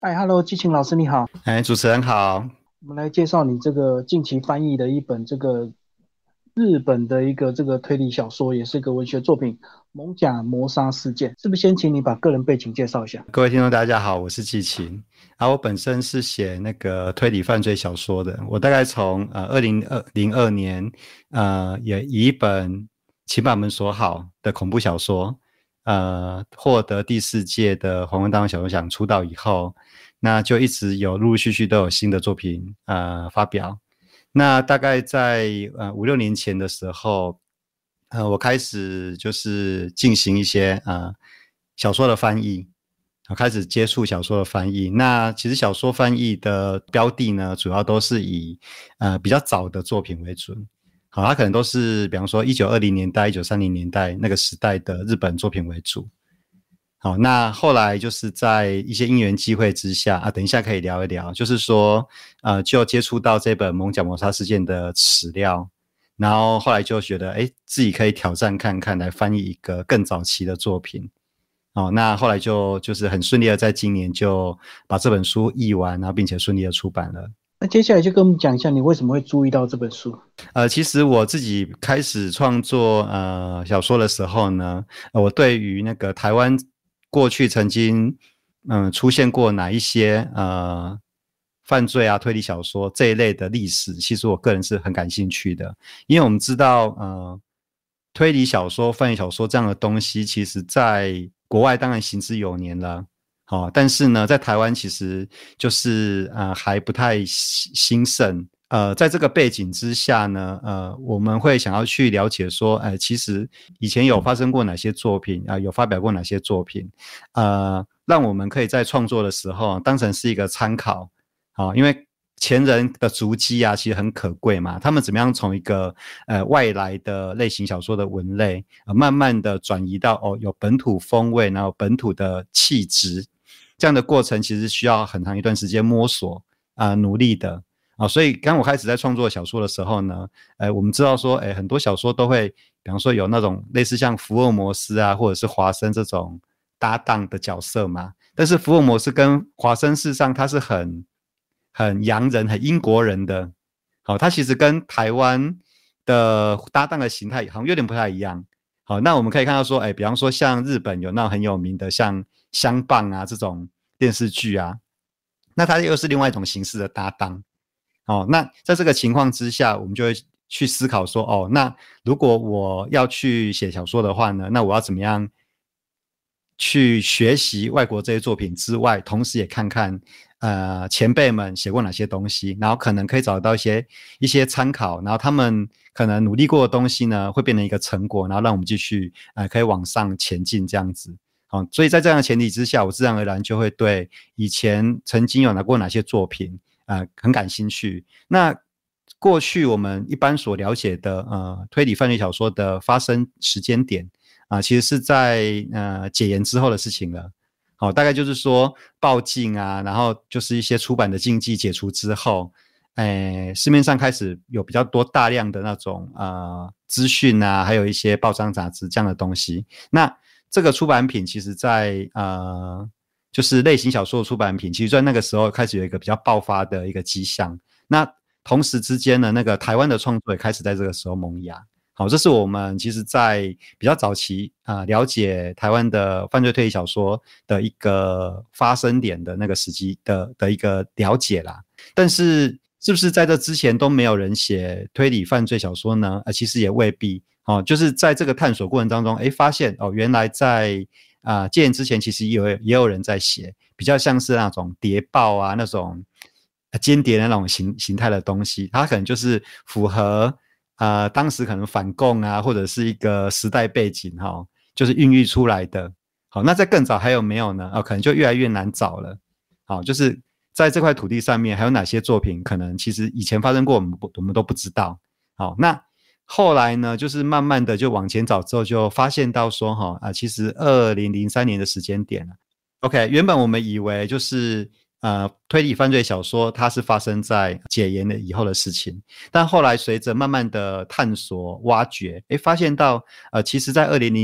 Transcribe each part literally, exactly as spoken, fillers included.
哎，Hello，季晴老师你好， 哎，主持人好。 我们来介绍你这个近期翻译的一本这个日本的一个这个推理小说，也是一个文学作品《蒙甲谋杀事件》，是不是先请你把个人背景介绍一下？ 各位听众大家好，我是季晴。啊，我本身是写那个推理犯罪小说的。我大概从呃二零二零二年，呃，也以一本《请把门锁好》的恐怖小说，呃，获得第四届的黄文当小说奖出道以后，那就一直有陆陆续续都有新的作品呃发表。那大概在呃五六年前的时候，呃，我开始就是进行一些呃小说的翻译，我开始接触小说的翻译。那其实小说翻译的标的呢，主要都是以呃比较早的作品为准。好，它可能都是比方说一九二零年代、一九三零年代那个时代的日本作品为主。好，那后来就是在一些因缘机会之下啊，等一下可以聊一聊，就是说，呃，就接触到这本《蒙甲谋杀事件》的史料，然后后来就觉得，哎，自己可以挑战看看，来翻译一个更早期的作品。哦，那后来就就是很顺利的，在今年就把这本书译完，然后并且顺利的出版了。 那接下来就跟我们讲一下你为什么会注意到这本书。 呃，其实我自己开始创作呃小说的时候呢，呃我对于那个台湾过去曾经嗯、呃出现过哪一些呃犯罪啊推理小说这一类的历史，其实我个人是很感兴趣的。因为我们知道呃推理小说、犯罪小说这样的东西，其实在国外当然行之有年了。好、哦，但是呢，在台湾其实就是呃还不太兴盛。呃，在这个背景之下呢，呃，我们会想要去了解说，呃，其实以前有发生过哪些作品啊、呃，有发表过哪些作品，呃，让我们可以在创作的时候当成是一个参考。好、哦，因为前人的足迹啊，其实很可贵嘛。他们怎么样从一个呃外来的类型小说的文类，呃，慢慢的转移到哦有本土风味，然后本土的气质，这样的过程其实需要很长一段时间摸索啊、呃，努力的。啊、哦，所以刚我开始在创作小说的时候呢，呃，我们知道说，哎，很多小说都会，比方说有那种类似像福尔摩斯啊，或者是华生这种搭档的角色嘛。但是福尔摩斯跟华生事实上他是很很洋人、很英国人的。好、哦，他其实跟台湾的搭档的形态好像有点不太一样。好，那我们可以看到说，哎，比方说像日本有那种很有名的像相棒啊这种电视剧啊，那它又是另外一种形式的搭档。哦，那在这个情况之下，我们就会去思考说，哦，那如果我要去写小说的话呢，那我要怎么样去学习外国这些作品之外，同时也看看呃前辈们写过哪些东西，然后可能可以找到一些一些参考，然后他们可能努力过的东西呢，会变成一个成果，然后让我们继续呃可以往上前进这样子。好、哦，所以在这样的前提之下，我自然而然就会对以前曾经有拿过哪些作品呃很感兴趣。那过去我们一般所了解的呃推理犯罪小说的发生时间点啊、呃，其实是在呃解严之后的事情了。好、哦，大概就是说报禁啊，然后就是一些出版的禁忌解除之后，诶，市面上开始有比较多大量的那种呃资讯啊，还有一些报章杂志这样的东西。那这个出版品其实在呃就是类型小说的出版品，其实在那个时候开始有一个比较爆发的一个迹象。那同时之间呢，那个台湾的创作也开始在这个时候萌芽。好，这是我们其实在比较早期啊、呃、了解台湾的犯罪推理小说的一个发生点的那个时机的的一个了解啦。但是是不是在这之前都没有人写推理犯罪小说呢？呃，其实也未必。哦，就是在这个探索过程当中，哎，发现哦，原来在啊、呃、戒严之前，其实也有也有人在写，比较像是那种谍报啊那种。间谍的那种形形态的东西，它可能就是符合呃当时可能反共啊，或者是一个时代背景哈、哦，就是孕育出来的。好，那在更早还有没有呢？哦，可能就越来越难找了。好，就是在这块土地上面还有哪些作品，可能其实以前发生过，我们不我们都不知道。好，那后来呢，就是慢慢的就往前找之后，就发现到说哈啊，其实二零零三年的时间点了。OK，原本我们以为就是呃推理犯罪小说它是发生在解严了以后的事情，但后来随着慢慢的探索挖掘，诶，发现到呃其实在二零零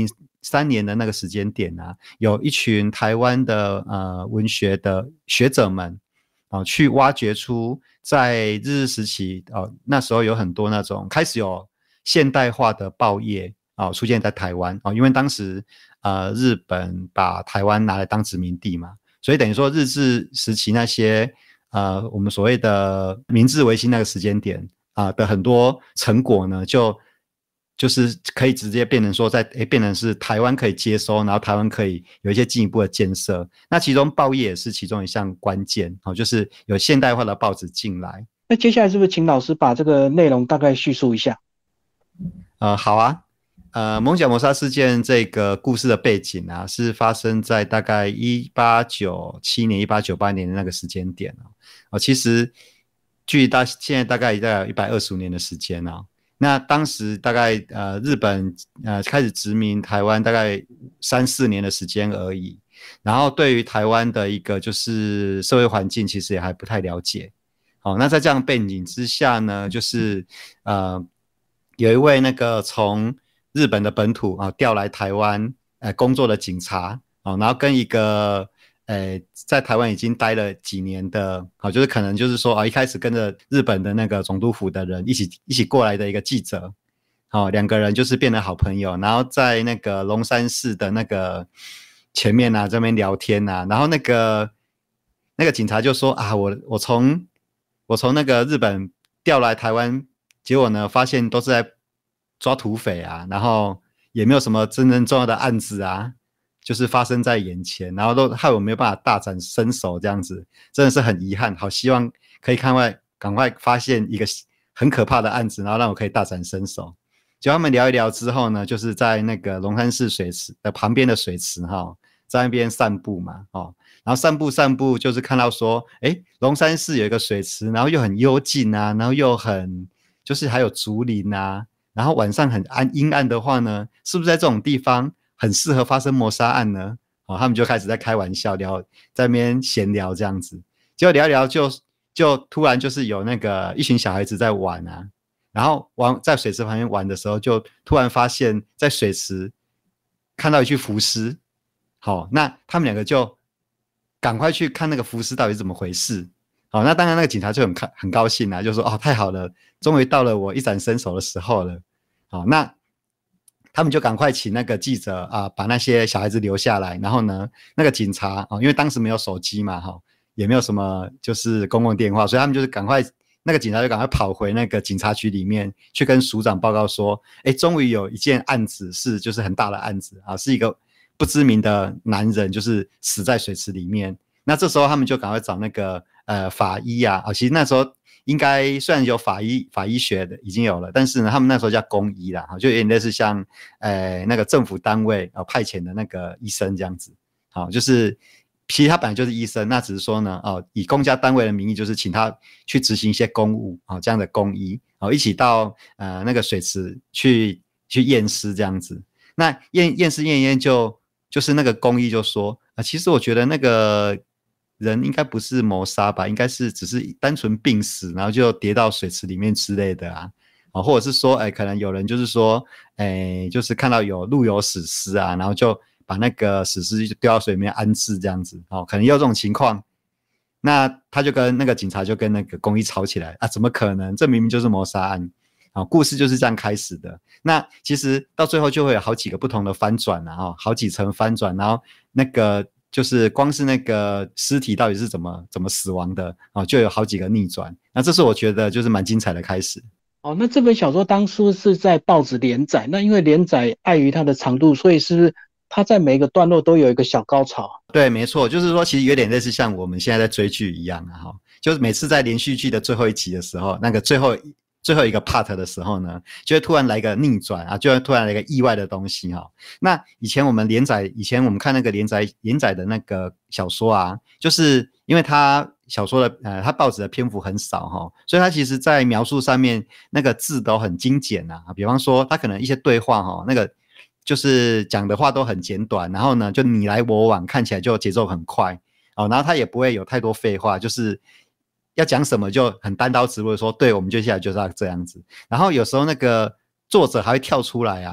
三年的那个时间点啊，有一群台湾的呃文学的学者们啊、呃，去挖掘出在日治时期哦、呃，那时候有很多那种开始有现代化的报业啊、呃、出现在台湾啊、呃，因为当时呃日本把台湾拿来当殖民地嘛，所以等于说日治时期那些呃我们所谓的明治维新那个时间点啊、呃、的很多成果呢，就就是可以直接变成说在，在诶变成是台湾可以接收，然后台湾可以有一些进一步的建设。那其中报业也是其中一项关键，哦，就是有现代化的报纸进来。 那接下来是不是请老师把这个内容大概叙述一下？ 呃，好啊。呃，蒙甲谋杀事件这个故事的背景啊，是发生在大概一八九七年、一八九八年的那个时间点哦。哦，其实距离到现在大概大概有一百二十五年的时间啊。那当时大概呃日本呃开始殖民台湾大概三四年的时间而已，然后对于台湾的一个就是社会环境其实也还不太了解。好、哦，那在这样背景之下呢，就是呃有一位那个从日本的本土啊调来台湾呃工作的警察啊、哦，然后跟一个呃，在台湾已经待了几年的，好，就是可能就是说啊，一开始跟着日本的那个总督府的人一起一起过来的一个记者，好，两个人就是变成好朋友，然后在那个龙山寺的那个前面啊，这边聊天啊，然后那个那个警察就说啊，我我从我从那个日本调来台湾，结果呢，发现都是在抓土匪啊，然后也没有什么真正重要的案子啊。就是发生在眼前，然后都害我没有办法大展身手，这样子真的是很遗憾。好希望可以赶快赶快发现一个很可怕的案子，然后让我可以大展身手。就他们聊一聊之后呢，就是在那个龙山寺水池的旁边的水池哈，在那边散步嘛，哦，然后散步散步就是看到说，哎，龙山寺有一个水池，然后又很幽静啊，然后又很就是还有竹林啊，然后晚上很暗阴暗的话呢，是不是在这种地方很适合发生谋杀案呢？哦，他们就开始在开玩笑聊，在那边闲聊这样子，结果聊一聊就就突然就是有那个一群小孩子在玩啊，然后玩在水池旁边玩的时候，就突然发现在水池看到一具浮尸，好、哦，那他们两个就赶快去看那个浮尸到底是怎么回事。好、哦，那当然那个警察就很很高兴啊，就说哦太好了，终于到了我一展身手的时候了。好、哦，那他们就赶快请那个记者啊、呃，把那些小孩子留下来，然后呢，那个警察啊、哦，因为当时没有手机嘛，哈、哦，也没有什么就是公共电话，所以他们就是赶快，那个警察就赶快跑回那个警察局里面去跟署长报告说，哎，终于有一件案子是就是很大的案子啊，是一个不知名的男人就是死在水池里面。那这时候他们就赶快找那个呃法医啊，啊，其实那时候应该虽然有法医法医学的已经有了，但是呢，他们那时候叫公医啦，就有点类似像呃那个政府单位啊、呃、派遣的那个医生这样子，好，就是其实他本来就是医生，那只是说呢，哦，以公家单位的名义，就是请他去执行一些公务啊、哦，这样的公医，哦，一起到呃那个水池去去验尸这样子。那验验尸验一验就就是那个公医就说啊、呃，其实我觉得那个人应该不是谋杀吧，应该是只是单纯病死，然后就跌到水池里面之类的啊，哦，或者是说，哎，可能有人就是说，哎，就是看到有路有死尸啊，然后就把那个死尸丢到水里面安置这样子，哦，可能也有这种情况。那他就跟那个警察就跟那个公医吵起来啊，怎么可能？这明明就是谋杀案。哦，故事就是这样开始的。那其实到最后就会有好几个不同的翻转啊，哦，好几层翻转，然后那个。就是光是那个尸体到底是怎么怎么死亡的啊、哦，就有好几个逆转。那这是我觉得就是蛮精彩的开始。 哦，那这本小说当初是在报纸连载，那因为连载碍于它的长度，所以是不是它在每一个段落都有一个小高潮？ 对，没错，就是说其实有点类似像我们现在在追剧一样啊，就是每次在连续剧的最后一集的时候，那个最后。最后一个 part 的时候呢，就会突然来一个逆转啊，就会突然来一个意外的东西哈、哦。那以前我们连载，以前我们看那个连载连载的那个小说啊，就是因为它小说的呃，它报纸的篇幅很少哈、哦，所以它其实在描述上面那个字都很精简啊。比方说，它可能一些对话哈、哦，那个就是讲的话都很简短，然后呢就你来我往，看起来就节奏很快哦，然后它也不会有太多废话，就是。要讲什么就很单刀直入的说，对，我们接下来就是要这样子。然后有时候那个作者还会跳出来啊，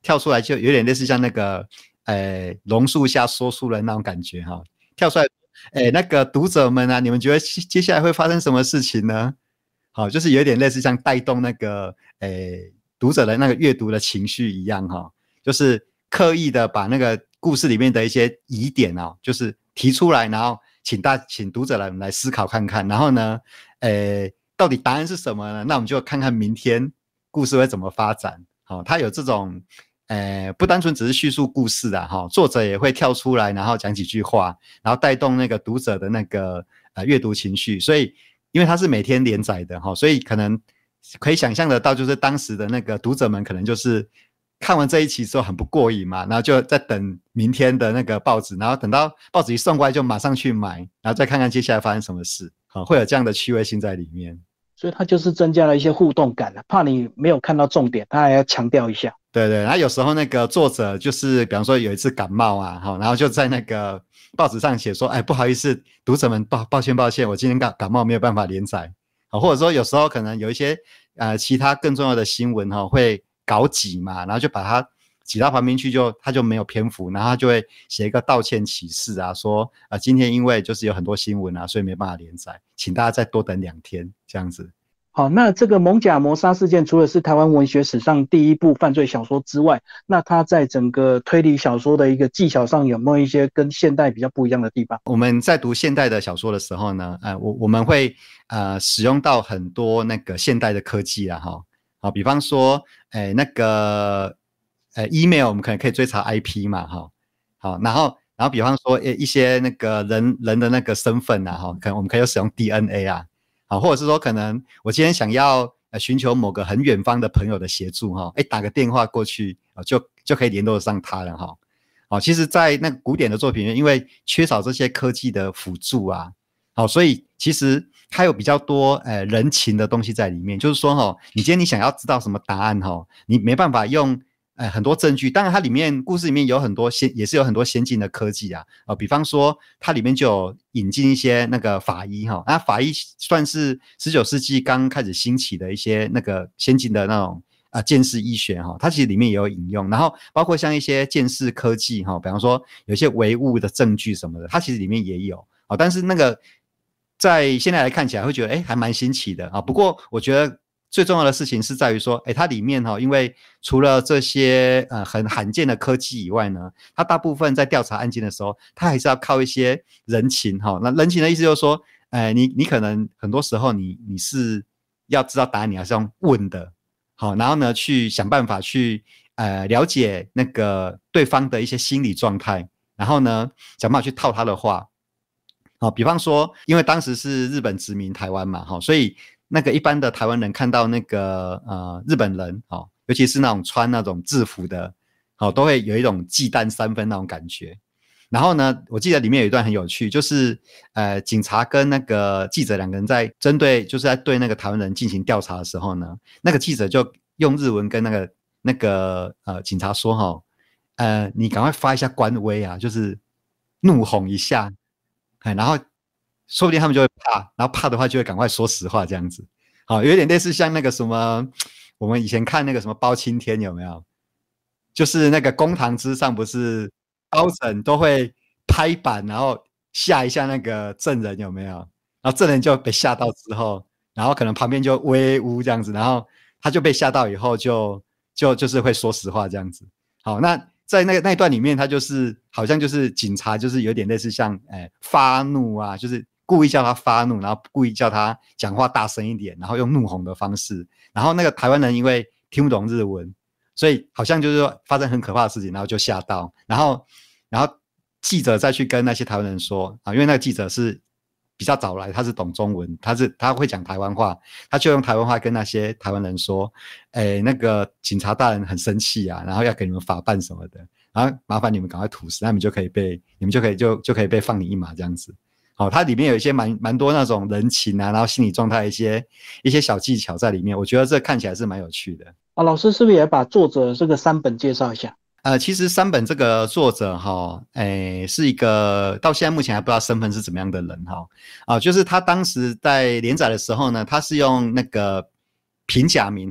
跳出来就有点类似像那个呃榕树下说书人那种感觉哈，跳出来，哎，那个读者们啊，你们觉得接下来会发生什么事情呢？好，就是有点类似像带动那个诶读者的那个阅读的情绪一样哈，就是刻意的把那个故事里面的一些疑点哦，就是提出来，然后请大请读者来来思考看看，然后呢，诶到底答案是什么呢？那我们就看看明天故事会怎么发展。好，他有这种诶不单纯只是叙述故事的哈，作者也会跳出来，然后讲几句话，然后带动那个读者的那个呃阅读情绪，所以。因为它是每天连载的哈，所以可能可以想象得到，就是当时的那个读者们可能就是看完这一期之后很不过瘾嘛，然后就在等明天的那个报纸，然后等到报纸一送过来就马上去买，然后再看看接下来发生什么事，好，会有这样的趣味性在里面。 所以它就是增加了一些互动感了，怕你没有看到重点，他还要强调一下。 对对，然后有时候那个作者就是比方说有一次感冒啊，然后就在那个报纸上写说，哎，不好意思，读者们抱抱歉抱歉，我今天感感冒没有办法连载，或者说有时候可能有一些呃其他更重要的新闻哈会稿挤嘛，然后就把它挤到旁边去就，他就没有篇幅，然后他就会写一个道歉启事啊，说呃今天因为就是有很多新闻啊，所以没办法连载，请大家再多等两天这样子。 好，那这个蒙甲谋杀事件除了是台湾文学史上第一部犯罪小说之外，那它在整个推理小说的一个技巧上有没有一些跟现代比较不一样的地方？ 我们在读现代的小说的时候呢，呃，我我们会呃使用到很多那个现代的科技啊，哈，好，比方说，哎，那个呃 email 我们可能可以追查 I P 嘛，哈，好，然后然后比方说一些那个人人的那个身份啊，哈，可能我们可以使用 D N A 啊。好，或者是说可能我今天想要呃寻求某个很远方的朋友的协助哈，哎，打个电话过去啊，就就可以联络上他了哈。好，其实，在那个古典的作品，因为缺少这些科技的辅助啊，好，所以其实它有比较多呃人情的东西在里面。就是说哈，你今天你想要知道什么答案哈，你没办法用。呃，很多证据，当然它里面故事里面有很多先，也是有很多先进的科技啊，呃，比方说它里面就有引进一些那个法医哈，那法医算是十九世纪刚开始兴起的一些那个先进的那种啊、呃、鉴识医学哈，它其实里面也有引用，然后包括像一些鉴识科技哈，比方说有一些唯物的证据什么的，它其实里面也有啊，但是那个在现在来看起来会觉得哎还蛮新奇的啊，不过我觉得。最重要的事情是在于说，哎，它里面哈，因为除了这些呃很罕见的科技以外呢，它大部分在调查案件的时候，它还是要靠一些人情哈。那人情的意思就是说，哎，你你可能很多时候你你是要知道答案，你还是用问的，好，然后呢去想办法去呃了解那个对方的一些心理状态，然后呢想办法去套他的话。好，比方说，因为当时是日本殖民台湾嘛，哈，所以那个一般的台湾人看到那个呃日本人，哦，尤其是那种穿那种制服的，哦，都会有一种忌惮三分那种感觉。然后呢，我记得里面有一段很有趣，就是呃警察跟那个记者两个人在针对，就是在对那个台湾人进行调查的时候呢，那个记者就用日文跟那个那个呃警察说，哈、哦，呃你赶快发一下官威啊，就是怒吼一下。然后说不定他们就会怕，然后怕的话就会赶快说实话这样子。好，有点类似像那个什么，我们以前看那个什么包青天有没有？就是那个公堂之上不是包拯都会拍板，然后吓一下那个证人有没有？然后证人就被吓到之后，然后可能旁边就威武这样子，然后他就被吓到以后就就就是会说实话这样子。好，那在那个那一段里面，他就是好像就是警察，就是有点类似像诶、欸、发怒啊，就是故意叫他发怒，然后故意叫他讲话大声一点，然后用怒吼的方式。然后那个台湾人因为听不懂日文，所以好像就是说发生很可怕的事情，然后就吓到，然后然后记者再去跟那些台湾人说啊，因为那个记者是比较早来，他是懂中文，他是他会讲台湾话，他就用台湾话跟那些台湾人说，哎，那个警察大人很生气啊，然后要给你们法办什么的，然后麻烦你们赶快吐司，那你们就可以被你们就可以就就可以被放你一马这样子。好、哦，它里面有一些蛮蛮多那种人情啊，然后心理状态一些一些小技巧在里面，我觉得这看起来是蛮有趣的。 啊，老师是不是也把作者这个三本介绍一下？ 呃，其实三本这个作者哈，诶，是一个到现在目前还不知道身份是怎么样的人哈，啊，就是他当时在连载的时候呢，他是用那个平假名哈，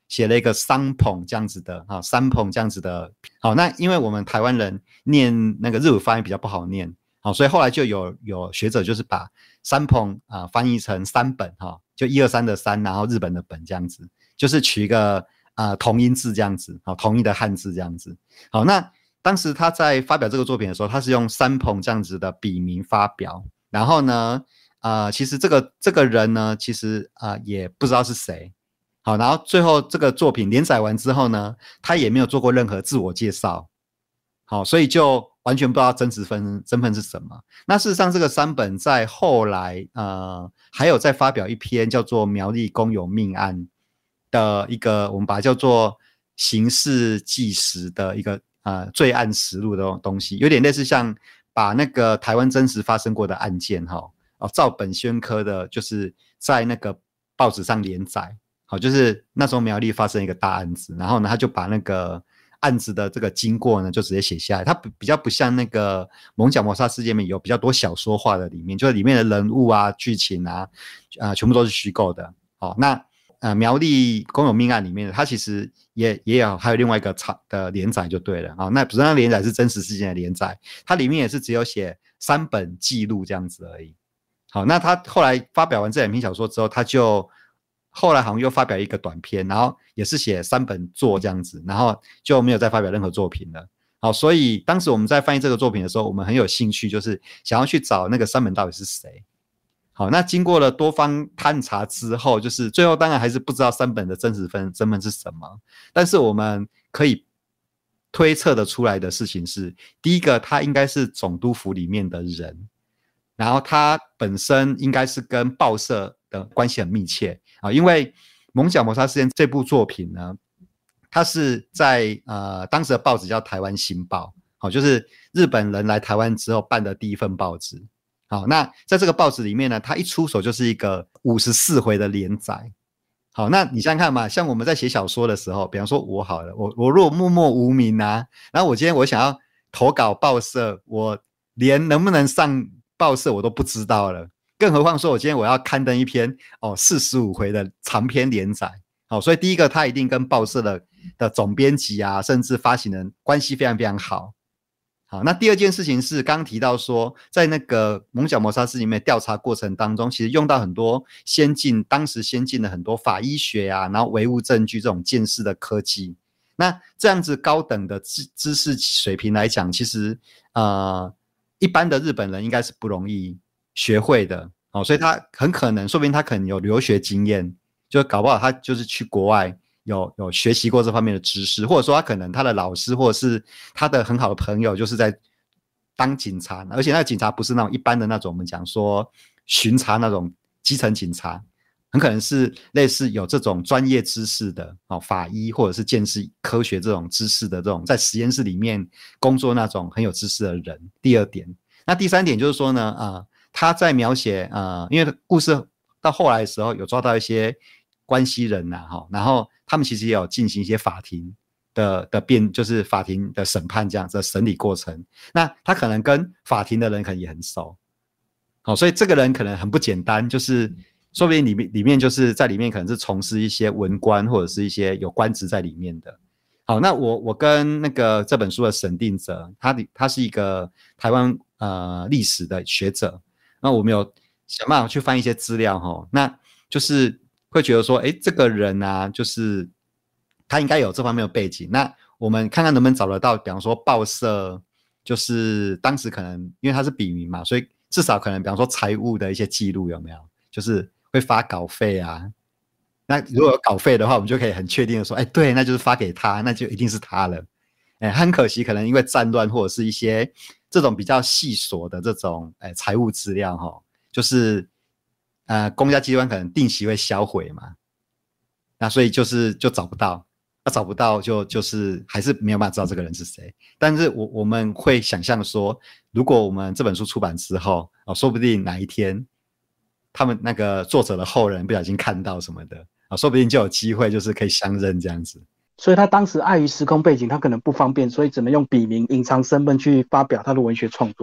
写了一个三捧这样子的啊，三捧这样子的。好，那因为我们台湾人念那个日语发音比较不好念，好，所以后来就有有学者就是把三捧啊、呃、翻译成三本哈、哦，就一二三的三，然后日本的本这样子，就是取一个啊、呃、同音字这样子，好，同一的汉字这样子。好，那当时他在发表这个作品的时候，他是用三捧这样子的笔名发表，然后呢，呃，其实这个这个人呢，其实啊、呃、也不知道是谁。好，然后最后这个作品连载完之后呢，他也没有做过任何自我介绍，好，所以就完全不知道真实分身份是什么。那事实上，这个三本在后来呃还有再发表一篇叫做《苗栗公有命案》的一个，我们把它叫做刑事纪实的一个呃罪案实录的东西，有点类似像把那个台湾真实发生过的案件哈，哦，照本宣科的，就是在那个报纸上连载。好，就是那时候苗栗发生一个大案子，然后呢，他就把那个案子的这个经过呢，就直接写下来。它比较不像那个蒙甲谋杀事件里面有比较多小说化的里面，就是里面的人物啊、剧情啊，呃，全部都是虚构的。好，那呃苗栗公有命案里面，它其实也也有还有另外一个长的连载就对了。好，那不是那连载是真实事件的连载，它里面也是只有写三本记录这样子而已。好，那他后来发表完这两篇小说之后，他就后来好像又发表一个短篇，然后也是写三本作这样子，然后就没有再发表任何作品了。好，所以当时我们在翻译这个作品的时候，我们很有兴趣，就是想要去找那个三本到底是谁。好，那经过了多方探查之后，就是最后当然还是不知道三本的真实身份是什么，但是我们可以推测的出来的事情是，第一个他应该是总督府里面的人，然后他本身应该是跟报社的关系很密切啊，因为《蒙甲谋杀事件》这部作品呢，它是在呃当时的报纸叫《台湾新报》，好，就是日本人来台湾之后办的第一份报纸。好，那在这个报纸里面呢，它一出手就是一个五十四回的连载。好，那你想想看嘛，像我们在写小说的时候，比方说我好了，我我如果默默无名啊，然后我今天我想要投稿报社，我连能不能上报社我都不知道了，更何况说我今天我要刊登一篇哦四十五回的长篇连载。好，所以第一个他一定跟报社的的总编辑啊，甚至发行人关系非常非常好。好，那第二件事情是刚刚提到说，在那个蒙甲谋杀事里面调查过程当中，其实用到很多先进，当时先进的很多法医学啊，然后唯物证据这种鉴识的科技。那这样子高等的知知识水平来讲，其实呃一般的日本人应该是不容易学会的。哦，所以他很可能，说不定他可能有留学经验，就搞不好他就是去国外有有学习过这方面的知识，或者说他可能他的老师或者是他的很好的朋友就是在当警察，而且那个警察不是那种一般的那种我们讲说巡查那种基层警察，很可能是类似有这种专业知识的、哦、法医或者是鉴识科学这种知识的这种在实验室里面工作那种很有知识的人。第二点，那第三点就是说呢，呃、他在描写呃，因为故事到后来的时候有抓到一些关系人啊，然后他们其实也有进行一些法庭的的辩，就是法庭的审判这样子的审理过程。那他可能跟法庭的人可能也很熟，好，所以这个人可能很不简单，就是说不定里面里面就是在里面可能是从事一些文官或者是一些有官职在里面的。好，那我我跟那个这本书的审定者，他他是一个台湾呃历史的学者，那我们有想办法去翻一些资料哈，那就是会觉得说，哎，这个人啊，就是他应该有这方面的背景。那我们看看能不能找得到，比方说报社，就是当时可能因为他是笔名嘛，所以至少可能比方说财务的一些记录有没有，就是会发稿费啊。那如果有稿费的话，我们就可以很确定的说，哎，对，那就是发给他，那就一定是他了。哎，很可惜，可能因为战乱或者是一些这种比较细琐的这种哎财务资料哈，就是呃公家机关可能定期会销毁嘛，那所以就是就找不到，那找不到就就是还是没有办法知道这个人是谁。但是我我们会想象说，如果我们这本书出版之后，哦，说不定哪一天他们那个作者的后人不小心看到什么的，哦，说不定就有机会就是可以相认这样子。 所以他当时碍于时空背景，他可能不方便，所以只能用笔名隐藏身份去发表他的文学创作。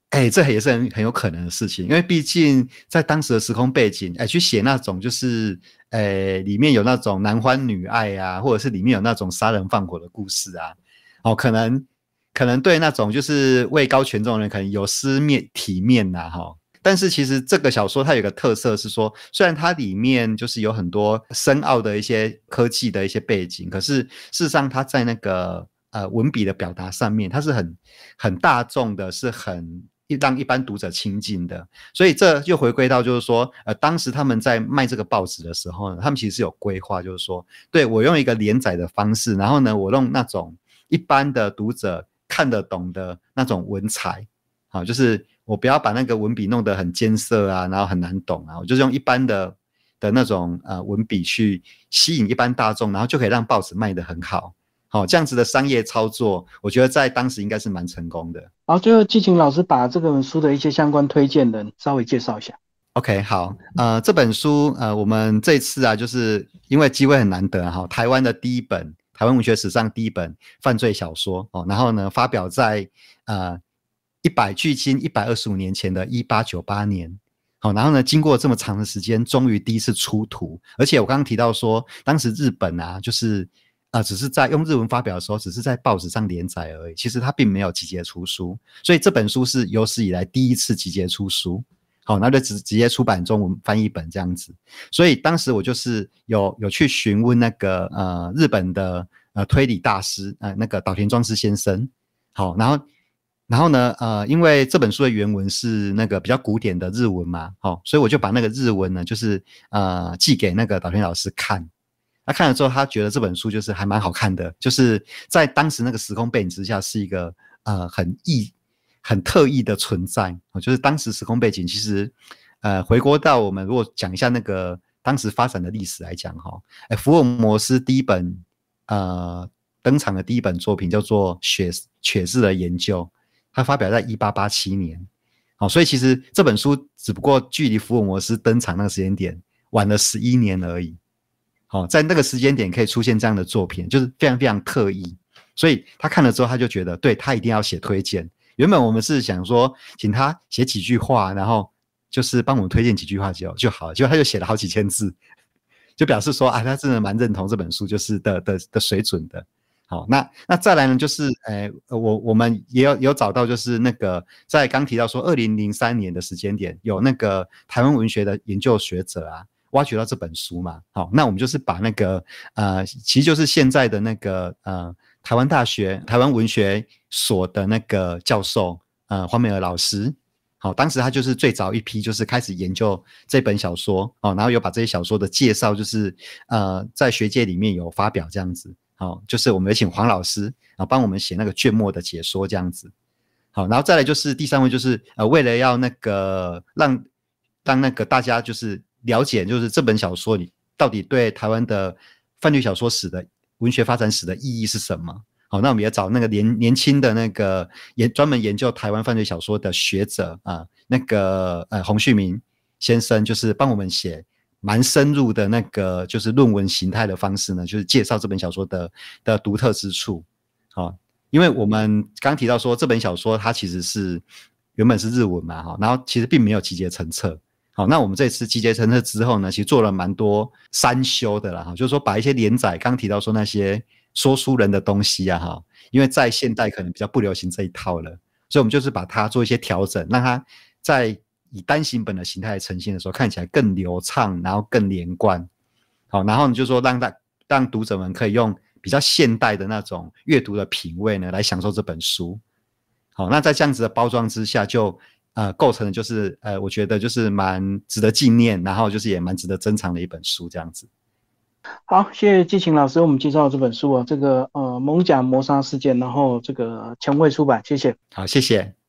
哎，这也是很很有可能的事情，因为毕竟在当时的时空背景，哎，去写那种就是，哎，里面有那种男欢女爱啊，或者是里面有那种杀人放火的故事啊，哦，可能可能对那种就是位高权重的人，可能有失面体面呐、啊，哈、哦。但是其实这个小说它有一个特色是说，虽然它里面就是有很多深奥的一些科技的一些背景，可是事实上它在那个呃文笔的表达上面，它是很很大众的，是很让一般读者亲近的。所以这就回归到就是说，呃，当时他们在卖这个报纸的时候呢，他们其实是有规划，就是说，对，我用一个连载的方式，然后呢，我用那种一般的读者看得懂的那种文采，好，就是我不要把那个文笔弄得很艰涩啊，然后很难懂啊，我就是用一般的的那种呃文笔去吸引一般大众，然后就可以让报纸卖得很好。好，这样子的商业操作，我觉得在当时应该是蛮成功的。 好，最后季晴老师把这本书的一些相关推荐人稍微介绍一下。 OK，好，呃，这本书，呃，我们这次啊，就是因为机会很难得哈，台湾的第一本，台湾文学史上第一本犯罪小说哦，然后呢，发表在呃一百距今一百二十五年前的一八九八年，好、哦，然后呢，经过这么长的时间，终于第一次出土，而且我刚刚提到说，当时日本啊，就是呃，只是在用日文发表的时候，只是在报纸上连载而已，其实它并没有集结出书，所以这本书是有史以来第一次集结出书。好，那就直直接出版中文翻译本这样子。所以当时我就是有有去询问那个呃日本的呃推理大师呃那个岛田庄司先生。好，然后然后呢呃因为这本书的原文是那个比较古典的日文嘛，好，所以我就把那个日文呢就是呃寄给那个岛田老师看。他看了之后，他觉得这本书就是还蛮好看的，就是在当时那个时空背景之下，是一个呃很异。很特异的存在，就是当时时空背景，其实，呃，回国到我们如果讲一下那个当时发展的历史来讲，哈，哎，福尔摩斯第一本呃登场的第一本作品叫做《雪雪士的研究》，它发表在一八八七年，好，所以其实这本书只不过距离福尔摩斯登场那个时间点晚了十一年而已，好，在那个时间点可以出现这样的作品，就是非常非常特异，所以他看了之后，他就觉得，对，他一定要写推荐。原本我们是想说，请他写几句话，然后就是帮我们推荐几句话就就好了。结果他就写了好几千字，就表示说啊，他真的蛮认同这本书就是的的的水准的。好，那那再来呢，就是诶，我我们也有有找到，就是那个在刚提到说，二零零三年的时间点，有那个台湾文学的研究学者啊，挖掘到这本书嘛。好，那我们就是把那个呃，其实就是现在的那个呃。台湾大学台湾文学所的那个教授，呃，黄美娥老师，好，当时他就是最早一批，就是开始研究这本小说，哦，然后有把这些小说的介绍，就是呃，在学界里面有发表这样子，好，就是我们有请黄老师啊，帮我们写那个卷末的解说这样子，好，然后再来就是第三位，就是呃，为了要那个让让那个大家就是了解，就是这本小说里到底对台湾的犯罪小说史的文学发展史的意义是什么？好，那我们也找那个年年轻的那个研专门研究台湾犯罪小说的学者啊，那个呃洪旭明先生，就是帮我们写蛮深入的那个就是论文形态的方式呢，就是介绍这本小说的的独特之处。好，因为我们刚提到说这本小说它其实是原本是日文嘛，哈，然后其实并没有集结成册。好，那我们这次集结成册之后呢，其实做了蛮多删修的啦，哈，就是说把一些连载，刚提到说那些说书人的东西啊，哈，因为在现代可能比较不流行这一套了，所以我们就是把它做一些调整，让它在以单行本的形态呈现的时候，看起来更流畅，然后更连贯。好，然后呢，就是说让大让读者们可以用比较现代的那种阅读的品味呢，来享受这本书。好，那在这样子的包装之下就。呃，构成的就是呃，我觉得就是蛮值得纪念，然后就是也蛮值得珍藏的一本书，这样子。 好，谢谢季晴老师，我们介绍这本书啊，这个呃蒙甲谋杀事件，然后这个前卫出版，谢谢。 好，谢谢。